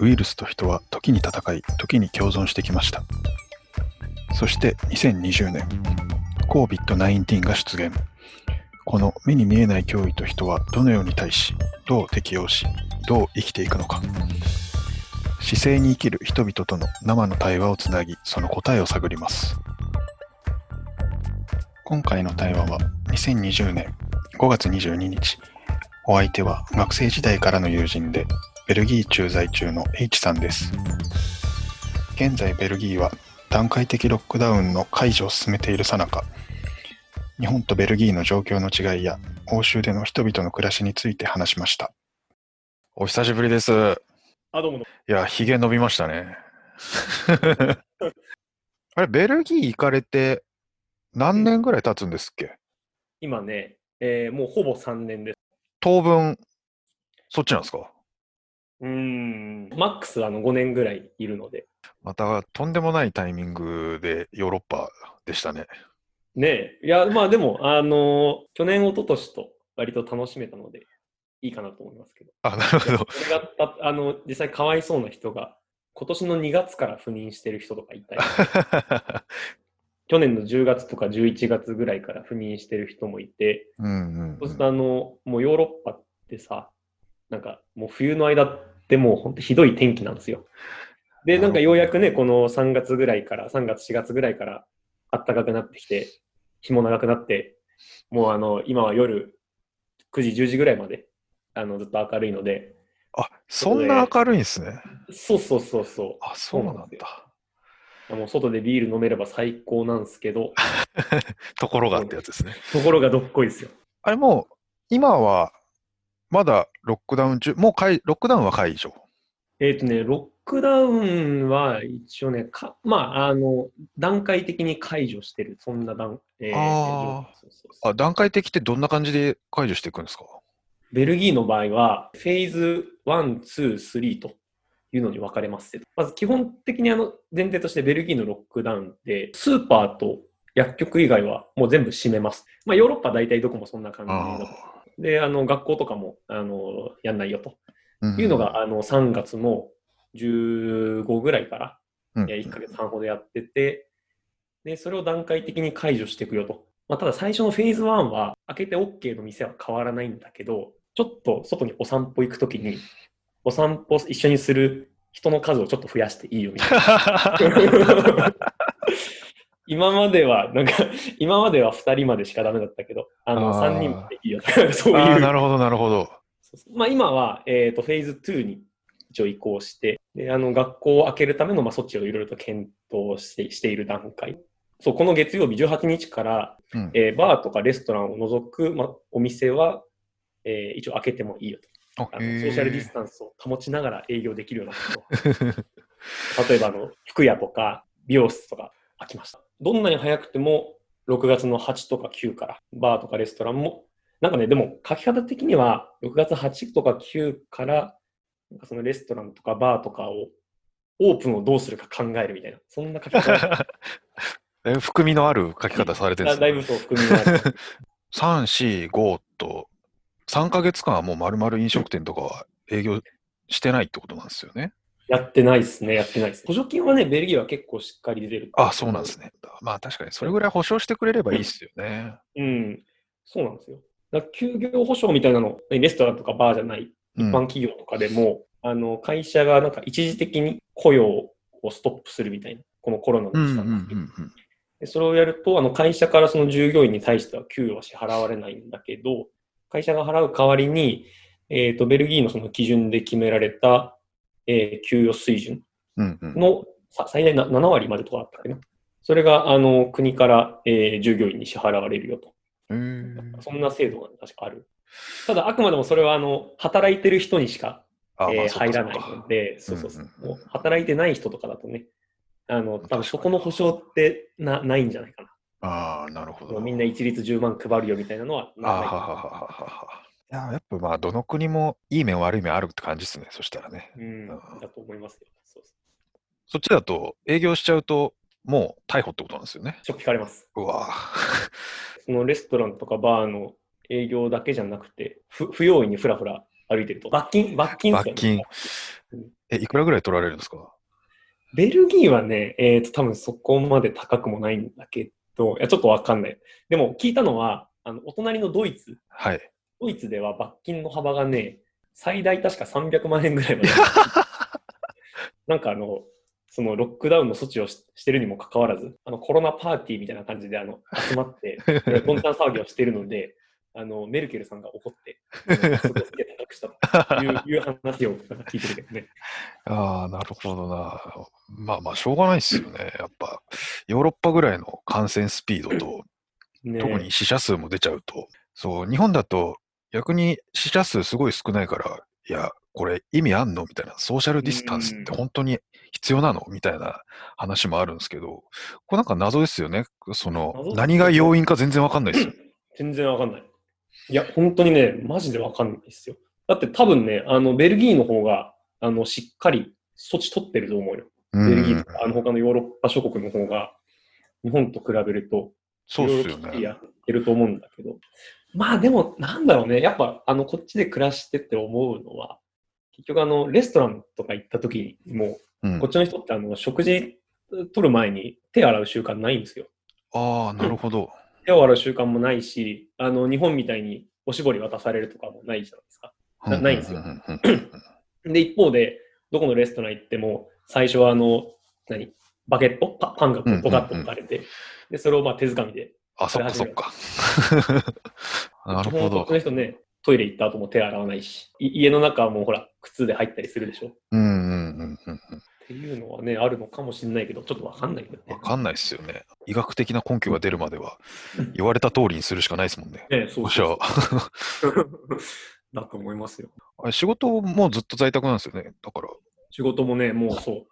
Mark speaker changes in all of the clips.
Speaker 1: ウイルスと人は時に戦い、時に共存してきました。そして2020年、COVID-19 が出現。この目に見えない脅威と人はどのように対し、どう適応し、どう生きていくのか。市井に生きる人々との生の対話をつなぎ、その答えを探ります。今回の対話は2020年5月22日。お相手は学生時代からの友人で、ベルギー駐在中の H さんです。現在ベルギーは段階的ロックダウンの解除を進めている最中、日本とベルギーの状況の違いや欧州での人々の暮らしについて話しました。お久しぶりです。
Speaker 2: どうも。
Speaker 1: いや、ひげ伸びましたね。あれ、ベルギー行かれて何年ぐらい経つんですっけ？
Speaker 2: 今ね、もうほぼ3年です。
Speaker 1: 当分、そっちなんですか？
Speaker 2: マックスは5年ぐらいいるので。
Speaker 1: またとんでもないタイミングでヨーロッパでしたね。
Speaker 2: ねえ、いや、まあでも、去年、一昨年と割と楽しめたので、いいかなと思いますけど。
Speaker 1: あ、なるほど。
Speaker 2: それが実際かわいそうな人が、今年の2月から赴任してる人とかいたり、去年の10月とか11月ぐらいから赴任してる人もいて、そうするともうヨーロッパってさ、なんかもう冬の間ってもう本当ひどい天気なんですよ。で、なんかようやくね、この3月ぐらいから、3月4月ぐらいから暖かくなってきて、日も長くなって、もう今は夜9時、10時ぐらいまでずっと明るいので。
Speaker 1: あ、そんな明るいんですね。
Speaker 2: そう。
Speaker 1: あ、そうなんだ。
Speaker 2: もう外でビール飲めれば最高なんですけど。
Speaker 1: ところがってやつですね。
Speaker 2: ところがどっこいですよ。
Speaker 1: あれもう、今はまだロックダウン中、もうロックダウンは解除？
Speaker 2: ロックダウンは一応ね、段階的に解除してる、そんな段
Speaker 1: 階的ってどんな感じで解除していくんですか？
Speaker 2: ベルギーの場合は、フェーズ1、2、3というのに分かれます。まず基本的に前提としてベルギーのロックダウンで、スーパーと薬局以外はもう全部閉めます。まあヨーロッパ大体どこもそんな感じだと。で、学校とかも、やんないよと。いうのが、3月の15ぐらいから、1ヶ月半ほどやってて、で、それを段階的に解除していくよと。まあ、ただ最初のフェーズ1は、開けて OK の店は変わらないんだけど、ちょっと外にお散歩行くときに、お散歩一緒にする人の数をちょっと増やしていいよみたいな。今までは2人までしかダメだったけど、3人までいいよとか、そういう。
Speaker 1: なるほど。
Speaker 2: まあ、今は、フェーズ2に一応移行して、で学校を開けるための、措置をいろいろと検討している段階。そう、この月曜日18日から、バーとかレストランを除く、お店は、一応開けてもいいよと。ソーシャルディスタンスを保ちながら営業できるようなこと。例えば服屋とか美容室とか開きました。どんなに早くても6月の8とか9からバーとかレストランもなんかね、でも書き方的には6月8とか9からなんかそのレストランとかバーとかをオープンをどうするか考えるみたいな、そんな書き方。
Speaker 1: 含みのある書き方されてるんですね。
Speaker 2: だいぶそう含みのある。
Speaker 1: 3、4、5と3ヶ月間はもう丸々飲食店とかは営業してないってことなんですよね。
Speaker 2: やってないですね。補助金はね、ベルギーは結構しっかり出てる。
Speaker 1: あ、そうなんですね。まあ確かにそれぐらい保証してくれればいいですよね。
Speaker 2: そうなんですよ。休業保障みたいなの、レストランとかバーじゃない一般企業とかでも、会社がなんか一時的に雇用をストップするみたいな、このコロナの期間でそれをやると、会社からその従業員に対しては給与は支払われないんだけど、会社が払う代わりに、ベルギーのその基準で決められた、給与水準の最大7割までとかあったかな。それが国から、従業員に支払われるよと。そんな制度が確かある。ただ、あくまでもそれは働いてる人にしか、入らないので、もう働いてない人とかだとね、多分そこの保証ってないんじゃないかな。
Speaker 1: なるほど。
Speaker 2: みんな一律10万配るよみたいなのはない。
Speaker 1: やっぱまあどの国もいい面悪い面あるって感じですね。そしたらね。
Speaker 2: だと思いますよ。
Speaker 1: そっちだと営業しちゃうともう逮捕ってことなんですよね。
Speaker 2: しょっぴかれます。
Speaker 1: うわ
Speaker 2: そのレストランとかバーの営業だけじゃなくて、不用意にふらふら歩いてると罰金ですよね。
Speaker 1: いくらぐらい取られるんですか？
Speaker 2: ベルギーはね、多分そこまで高くもないんだけど、いや、ちょっとわかんない。でも聞いたのは、お隣のドイツ、
Speaker 1: はい。
Speaker 2: ドイツでは罰金の幅がね、最大確か300万円ぐらいまであるらしい。なんかそのロックダウンの措置をしてるにもかかわらず、コロナパーティーみたいな感じで集まって、どんちゃん騒ぎをしているので、メルケルさんが怒って、すごい高くしたという話を聞いてるけどね。
Speaker 1: ああ、なるほどな。まあまあ、しょうがないですよね。やっぱ、ヨーロッパぐらいの感染スピードと、特に
Speaker 2: ね
Speaker 1: 死者数も出ちゃうと、そう、日本だと逆に死者数すごい少ないから、いや、これ意味あんのみたいな、ソーシャル
Speaker 2: う
Speaker 1: ディスタンスって
Speaker 2: ん。
Speaker 1: 本当に必要なのみたいな話もあるんですけど、これなんか謎ですよね。
Speaker 2: 謎っ
Speaker 1: 何が
Speaker 2: すよね。
Speaker 1: 要因か全然わかんないですよ。
Speaker 2: 全然わかんない。いや、本当にね、マジでわかんないですよ。だって多分ね、ベルギーの方が、しっかり措置取ってると思うよ。
Speaker 1: うん、
Speaker 2: ベルギーとか、他のヨーロッパ諸国の方が、日本と比べると、
Speaker 1: そうっ
Speaker 2: いろいろ
Speaker 1: すよね。
Speaker 2: きっちりやってると思うんだけど。まあでも、なんだろうね。やっぱ、こっちで暮らしてて思うのは、結局レストランとか行った時にも、
Speaker 1: うん。
Speaker 2: こっちの人って食事取る前に手洗う習慣ないんですよ。
Speaker 1: ああ、なるほど。
Speaker 2: 手を洗う習慣もないし、日本みたいにおしぼり渡されるとかもないじゃないですか。
Speaker 1: ふんふん
Speaker 2: ないんですよ。
Speaker 1: ふんふんふん。
Speaker 2: で、一方で、どこのレストラン行っても、最初はバケット、パンがこうボカッと置かれて、で、それをまあ手づかみで
Speaker 1: あ、そ
Speaker 2: 食べ始める。
Speaker 1: っかそっか。なる
Speaker 2: 基本こっ
Speaker 1: ほど。
Speaker 2: ちの人ね、トイレ行った後も手洗わないし、家の中はもうほら、靴で入ったりするでしょ。っ
Speaker 1: うんうんうんうん。
Speaker 2: ていうのはね、あるのかもしれないけど、ちょっとわかんないけどね。
Speaker 1: わかんないっすよね。医学的な根拠が出るまでは、言われた通りにするしかないですもんね。
Speaker 2: ね、そう
Speaker 1: じゃあ、
Speaker 2: そうそう。だと思いますよ。
Speaker 1: あれ仕事もずっと在宅なんですよね。だから、
Speaker 2: 仕事もね、もうそう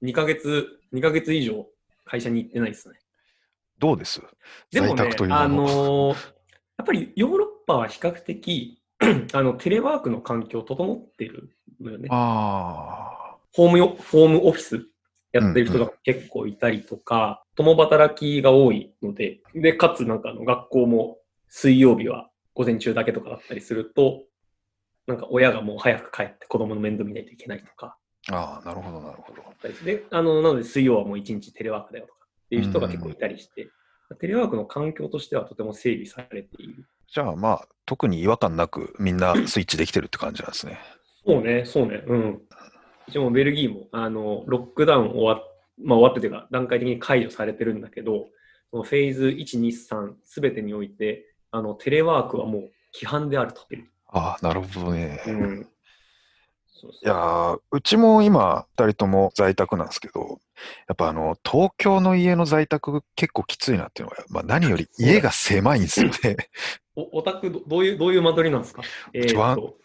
Speaker 2: 、2ヶ月以上会社に行ってないですね。
Speaker 1: どうです在宅
Speaker 2: でもね、
Speaker 1: というもの。
Speaker 2: やっぱりヨーロッパは比較的テレワークの環境整ってるのよね。
Speaker 1: ああ、
Speaker 2: ホームオフィスや
Speaker 1: うんうん。
Speaker 2: ってる人が結構いたりとか、共働きが多いので、で、かつなんか学校も水曜日は午前中だけとかだったりすると、なんか親がもう早く帰って子供の面倒見ないといけないとか、
Speaker 1: ああ、なるほどなるほど。
Speaker 2: で、なので水曜はもう一日テレワークだよとかっていう人が結構
Speaker 1: うん。
Speaker 2: いたりして、テレワークの環境としてはとても整備されている。
Speaker 1: じゃあまあ、特に違和感なくみんなスイッチできてるって感じなんですね。
Speaker 2: そうね、そうね、うん。一応ベルギーも、ロックダウンまあ、終わってというか、段階的に解除されてるんだけど、そのフェーズ1、2、3、すべてにおいて、テレワークはもう規範であると。
Speaker 1: ああ、なるほどね。
Speaker 2: うん。そう
Speaker 1: いや
Speaker 2: そうそう。
Speaker 1: ー、うちも今、二人とも在宅なんですけど、やっぱ東京の家の在宅結構きついなっていうのが、まあ何より
Speaker 2: そうだよ。
Speaker 1: 家が狭いんですよね。
Speaker 2: オタクどういう間取りなんですか？
Speaker 1: うち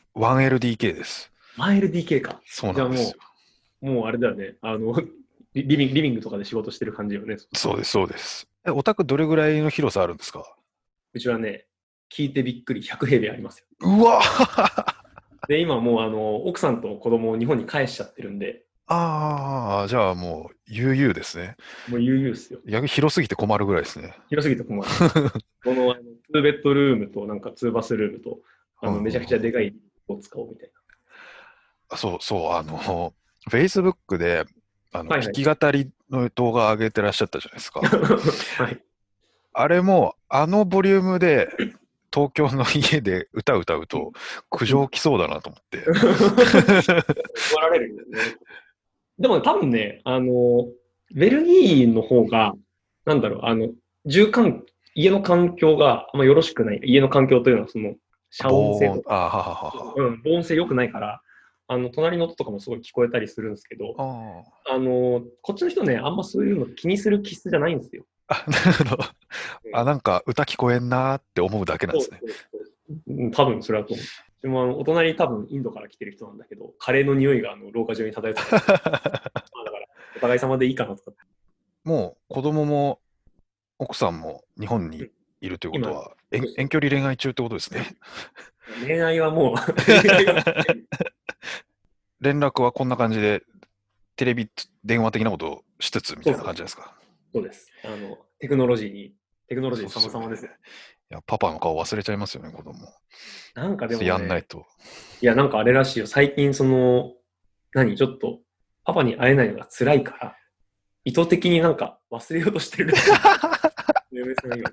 Speaker 1: 1LDK です。
Speaker 2: 1LDK か。
Speaker 1: そう
Speaker 2: じゃあ
Speaker 1: なんですよ。
Speaker 2: もうあれだよね。リビングとかで仕事してる感じよね。
Speaker 1: そうです、そうです。お宅どれぐらいの広さあるんですか？
Speaker 2: うちはね、聞いてびっくり100平米ありますよ。
Speaker 1: うわ
Speaker 2: で、今もう奥さんと子供を日本に帰しちゃってるんで、
Speaker 1: ああ、じゃあもう悠々ですね。
Speaker 2: もう悠々っすよ。
Speaker 1: 逆に広すぎて困るぐらいですね。
Speaker 2: 広すぎて困る。この2ベッドルームとなんか2バスルームと、めちゃくちゃでかいを使おうみたい
Speaker 1: そうそう、Facebook で、
Speaker 2: な。はいはい。
Speaker 1: 弾き語りの動画上げてらっしゃったじゃないですか。
Speaker 2: はい。
Speaker 1: あれも、ボリュームで、東京の家で歌歌うと、苦
Speaker 2: うん。
Speaker 1: 情来そうだなと思って。
Speaker 2: 怒られるよね。でも多分ね、ベルギーの方が、なんだろう、住環、家の環境があんまよろしくない。家の環境というのは、遮音性とか、
Speaker 1: ははは
Speaker 2: うん、防音性良くないから、隣の音とかもすごい聞こえたりするんですけど、
Speaker 1: は。
Speaker 2: こっちの人ね、あんまそういうの気にする気質じゃないんですよ。
Speaker 1: なるほど。
Speaker 2: うん、
Speaker 1: なんか歌聞こえんなーって思うだけなんですね。
Speaker 2: うん、多分それだと思う。でもお隣多分インドから来てる人なんだけど、カレーの匂いが廊下中に漂ってたりする。まあだから、お互い様でいいかなとか。
Speaker 1: もう子供も奥さんも日本にいるということ
Speaker 2: 今、
Speaker 1: は、
Speaker 2: そうそう。
Speaker 1: 遠距離恋愛中ってことですね。
Speaker 2: 恋愛はもう恋愛は
Speaker 1: 連絡はこんな感じで、テレビ電話的なことをしつつみたいな
Speaker 2: そうそう。
Speaker 1: 感じですか。
Speaker 2: そうです。テクノロジー
Speaker 1: そうっすよね。
Speaker 2: 様々ですよ。
Speaker 1: いや、パパの顔忘れちゃいますよね、子供。
Speaker 2: なんかでも
Speaker 1: やんない
Speaker 2: ね、
Speaker 1: と。
Speaker 2: いや、なんかあれらしいよ。最近ちょっと、 パに会えないのが辛いから、意図的になんか忘れようとしてるらしい。嫁さんが言う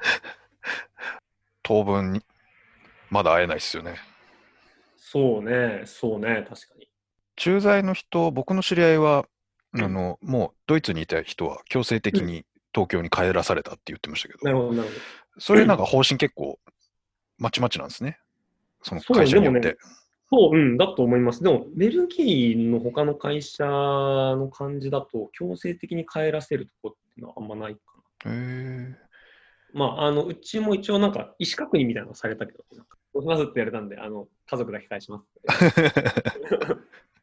Speaker 1: 当分にまだ会えないですよね。
Speaker 2: そうね、確かに。
Speaker 1: 駐在の人、僕の知り合いは、
Speaker 2: うん
Speaker 1: もうドイツにいた人は強制的に東京に帰らされたって言ってましたけど、
Speaker 2: なるほど、なるほど。
Speaker 1: それなんか方針結構まちまちなんですね。その
Speaker 2: そう、
Speaker 1: 会社によって。
Speaker 2: でもね、そう、だと思います。でも、ベルギーの他の会社の感じだと、強制的に帰らせるとこっていうのはあんまないかな。
Speaker 1: へー
Speaker 2: まあ、うちも一応なんか意思確認みたいなのされたけど、なんかどうしますって言われたんで、家族だけ返しますって。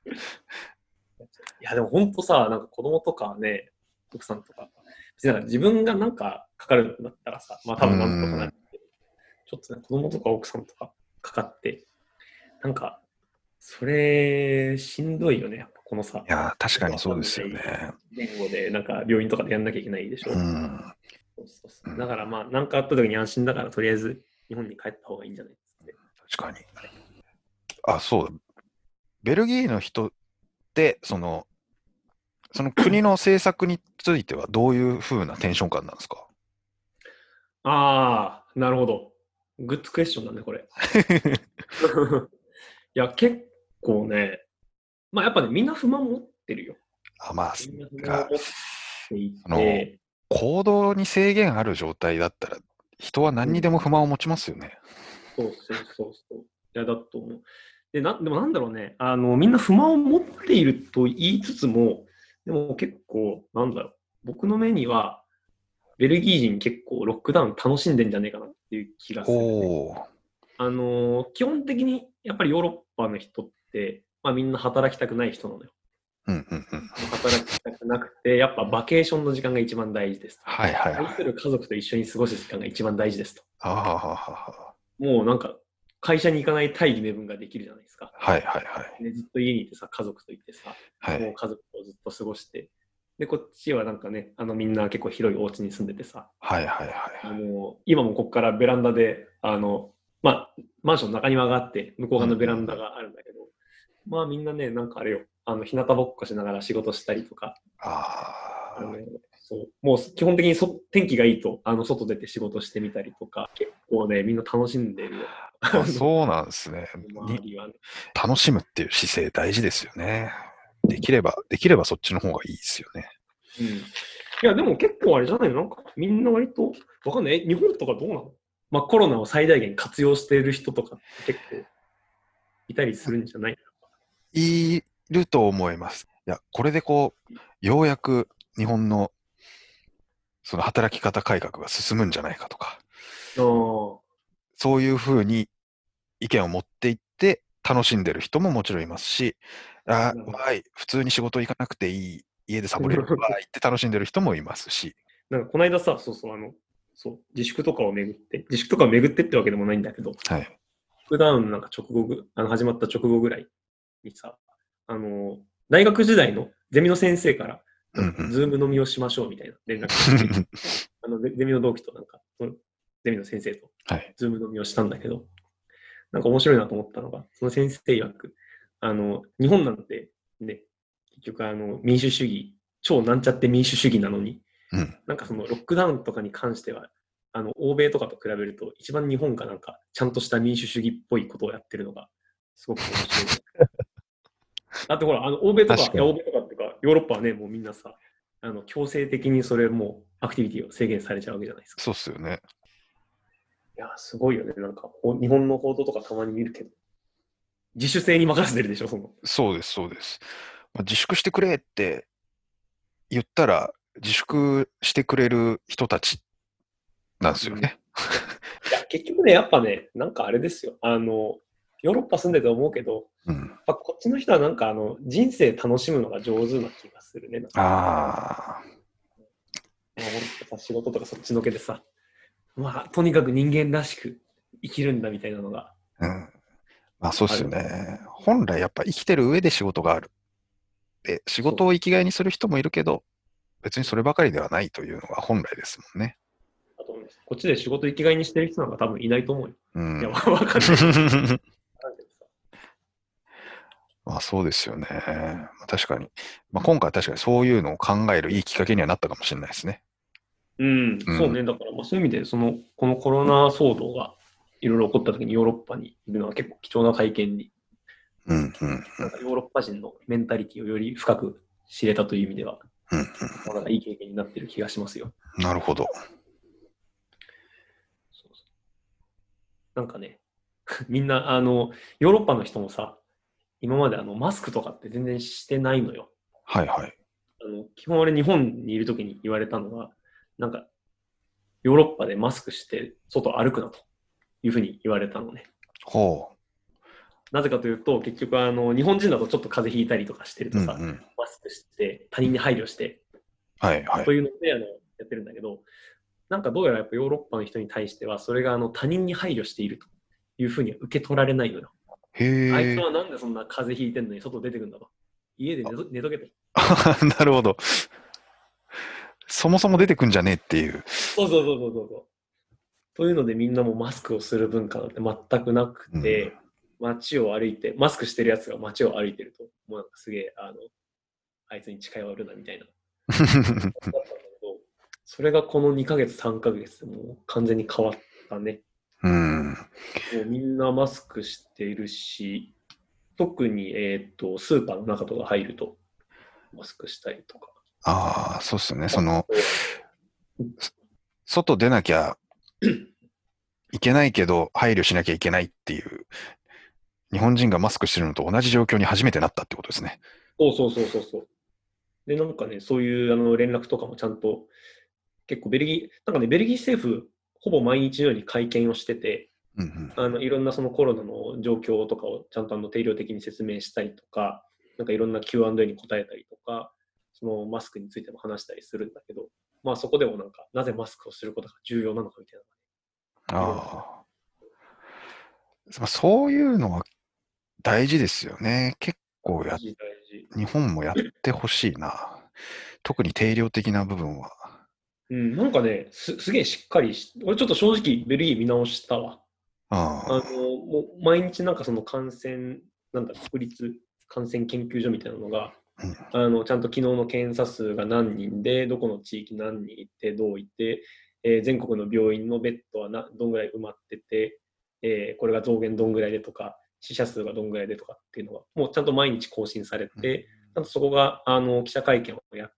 Speaker 2: いや、でも本当さ、なんか子供とかね、奥さんとか、別になんか自分がなんかかかるんだったらさ、まあ多分なんとかなるけど、ちょっとね、子供とか奥さんとかかかって、なんか、それ、しんどいよね、やっぱこのさ。
Speaker 1: いやー、確かにそうですよね。
Speaker 2: 言語で、なんか病院とかでやんなきゃいけないでしょ。
Speaker 1: うん
Speaker 2: だからまあ、なんかあった時に安心だから、とりあえず日本に帰った方がいいんじゃないですか。
Speaker 1: 確かに。あ、そうだ。ベルギーの人って、その国の政策についてはどういう風なテンション感なんですか？
Speaker 2: ああ、なるほど。グッドクエスチョンだね、これ。いや、結構ね、まあやっぱね、みんな不満持ってるよ。
Speaker 1: あ、まあ、
Speaker 2: みんな不満持ってい
Speaker 1: あの
Speaker 2: て、
Speaker 1: 行動に制限ある状態だったら、人は何にでも不満を持ちますよね。
Speaker 2: そう。いや、だと思う。でもなんだろうね、みんな不満を持っていると言いつつも、でも結構、なんだろう、僕の目には、ベルギー人結構ロックダウン楽しんでんじゃねえかなっていう気がする、ね。
Speaker 1: おー。
Speaker 2: 基本的にやっぱりヨーロッパの人って、まあみんな働きたくない人なのよ。働きたくなくて、やっぱバケーションの時間が一番大事ですと。
Speaker 1: はいはいはい。
Speaker 2: 愛する家族と一緒に過ごす時間が一番大事ですと。
Speaker 1: あははは。
Speaker 2: もうなんか、会社に行かない大義名分ができるじゃないですか。
Speaker 1: はいはいはい。
Speaker 2: ね、ずっと家にいてさ、家族といてさ、
Speaker 1: はい
Speaker 2: もう家族とずっと過ごして、で、こっちはなんかね、みんな結構広いお家に住んでてさ、
Speaker 1: はいはいはい。
Speaker 2: 今もここからベランダで、まあ、マンションの中庭があって、向こう側のベランダがあるんだけど、まあみんなね、なんかあれよ、日向ぼっこしながら仕事したりとか、そうもう基本的に天気がいいと外出て仕事してみたりとか、結構ね、みんな楽しんでるよ。
Speaker 1: そうなんですね。
Speaker 2: 周りはね。
Speaker 1: 楽しむっていう姿勢大事ですよね。できればそっちの方がいいですよね。
Speaker 2: うん。いや、でも結構あれじゃないの？なんかみんな割と、わかんない。日本とかどうなの？まあコロナを最大限活用している人とか結構いたりするんじゃないの？
Speaker 1: いると思います。いや、これでようやく日本のその働き方改革が進むんじゃないかとか、そういうふうに意見を持っていって楽しんでる人ももちろんいますし、普通に仕事行かなくていい、家でサボれるわーいって楽しんでる人もいますし。
Speaker 2: なんかこの間さ、自粛とかを巡ってってわけでもないんだけど、
Speaker 1: はい。
Speaker 2: ロックダウンなんか始まった直後ぐらいにさ、大学時代のゼミの先生から、ズーム飲みをしましょうみたいな連絡が来て、ゼミの同期となんか、ゼミの先生とズーム飲みをしたんだけど、なんか面白いなと思ったのが、その先生曰く、日本なんてね、結局民主主義、超なんちゃって民主主義なのに、なんかそのロックダウンとかに関しては、欧米とかと比べると、一番日本がなんかちゃんとした民主主義っぽいことをやってるのが、すごく面白い。だってほら、欧米とかっていうか、ヨーロッパはね、もうみんなさ、強制的にそれもうアクティビティを制限されちゃうわけじゃないですか。
Speaker 1: そうっすよね。
Speaker 2: いや、すごいよね。なんか、日本の報道とかたまに見るけど、自主性に任せてるでしょ、
Speaker 1: そうです。自粛してくれって言ったら、自粛してくれる人たちなんですよね。
Speaker 2: いや、結局ね、やっぱね、なんかあれですよ。ヨーロッパ住んでて思うけど、こっちの人はなんか人生楽しむのが上手な気がするね。仕事とかそっちのけでさ、まあ、とにかく人間らしく生きるんだみたいなのが。
Speaker 1: まあそうっすよね。本来やっぱ生きてる上で仕事がある。で、仕事を生きがいにする人もいるけど、別にそればかりではないというのが本来ですもんね。
Speaker 2: あとこっちで仕事生きがいにしてる人なんか多分いないと思うよ。いや、わかんない。
Speaker 1: まあそうですよね。確かに。今回は確かにそういうのを考えるいいきっかけにはなったかもしれないですね。
Speaker 2: そうね。だからそういう意味で、このコロナ騒動がいろいろ起こった時にヨーロッパにいるのは結構貴重な体験に、なんかヨーロッパ人のメンタリティをより深く知れたという意味では、なんかいい経験になってる気がしますよ。
Speaker 1: なるほど。
Speaker 2: なんかね、みんな、ヨーロッパの人もさ、今までマスクとかって全然してないのよ。
Speaker 1: はいはい。
Speaker 2: 基本俺日本にいるときに言われたのは、なんか、ヨーロッパでマスクして外歩くなというふうに言われたのね。
Speaker 1: ほう。
Speaker 2: なぜかというと、結局日本人だとちょっと風邪ひいたりとかしてるとさ、マスクして他人に配慮して、というのでやってるんだけど、なんかどうやらやっぱヨーロッパの人に対しては、それが他人に配慮しているというふうには受け取られないのよ。あいつはなんでそんな風邪ひいてんのに外出てくんだと。家で寝とけと。
Speaker 1: なるほど。そもそも出てくんじゃねえっていう。
Speaker 2: そう。というのでみんなもマスクをする文化なんて全くなくて、街を歩いて、マスクしてるやつが街を歩いてると、もうなんかすげえ、あいつに近寄るなみたいな。それがこの2ヶ月、3ヶ月でもう完全に変わったね。もうみんなマスクしているし、特に、スーパーの中とか入ると、マスクしたりとか。
Speaker 1: ああ、そうっすよね。外出なきゃいけないけど、配慮しなきゃいけないっていう、日本人がマスクしてるのと同じ状況に初めてなったってことですね。
Speaker 2: そう。で、なんかね、そういう連絡とかもちゃんと、結構ベルギー政府、ほぼ毎日のように会見をしてて、いろんなそのコロナの状況とかをちゃんと定量的に説明したりとか、なんかいろんな Q&A に答えたりとか、そのマスクについても話したりするんだけど、まあそこでもなんか、なぜマスクをすることが重要なのかみたい
Speaker 1: な。そういうのは大事ですよね。結構日本もやってほしいな。特に定量的な部分は。
Speaker 2: なんかね、すげえしっかり俺ちょっと正直ベルギー見直したわ。もう毎日なんかその国立感染研究所みたいなのが、ちゃんと昨日の検査数が何人で、どこの地域何人いて、どういて、全国の病院のベッドはどんぐらい埋まってて、これが増減どんぐらいでとか、死者数がどんぐらいでとかっていうのが、もうちゃんと毎日更新されて、ちゃんとそこが記者会見をやって、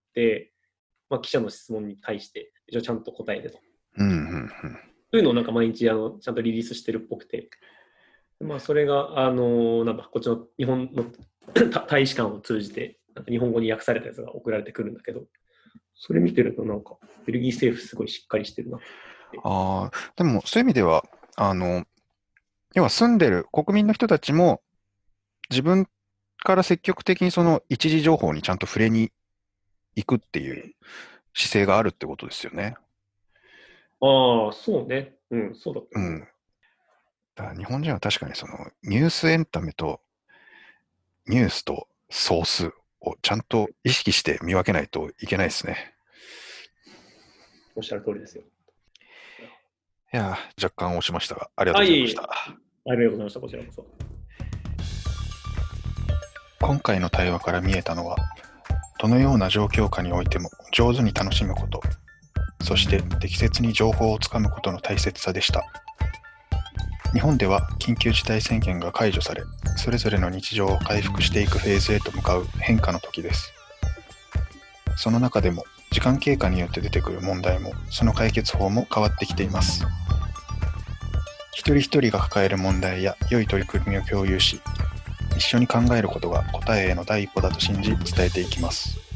Speaker 2: 記者の質問に対して一応ちゃんと答えてと。というのをなんか毎日ちゃんとリリースしてるっぽくて、それがなんかこっちの日本の大使館を通じてなんか日本語に訳されたやつが送られてくるんだけど、それ見てるとなんかベルギー政府すごいしっかりしてるな。
Speaker 1: でもそういう意味では要は住んでる国民の人たちも自分から積極的にその一時情報にちゃんと触れに行くっていう姿勢があるってことですよね。
Speaker 2: そうね。そうだったね。
Speaker 1: だから日本人は確かにそのニュースエンタメとニュースとソースをちゃんと意識して見分けないといけないですね。
Speaker 2: おっしゃる通りですよ。
Speaker 1: いや、若干押しましたが、ありがとうございました。
Speaker 2: ありがとうございました。こちらこそ。
Speaker 1: 今回の対話から見えたのは、どのような状況下においても上手に楽しむこと、そして適切に情報をつかむことの大切さでした。日本では緊急事態宣言が解除され、それぞれの日常を回復していくフェーズへと向かう変化の時です。その中でも時間経過によって出てくる問題も、その解決法も変わってきています。一人一人が抱える問題や良い取り組みを共有し、一緒に考えることが答えへの第一歩だと信じ伝えていきます。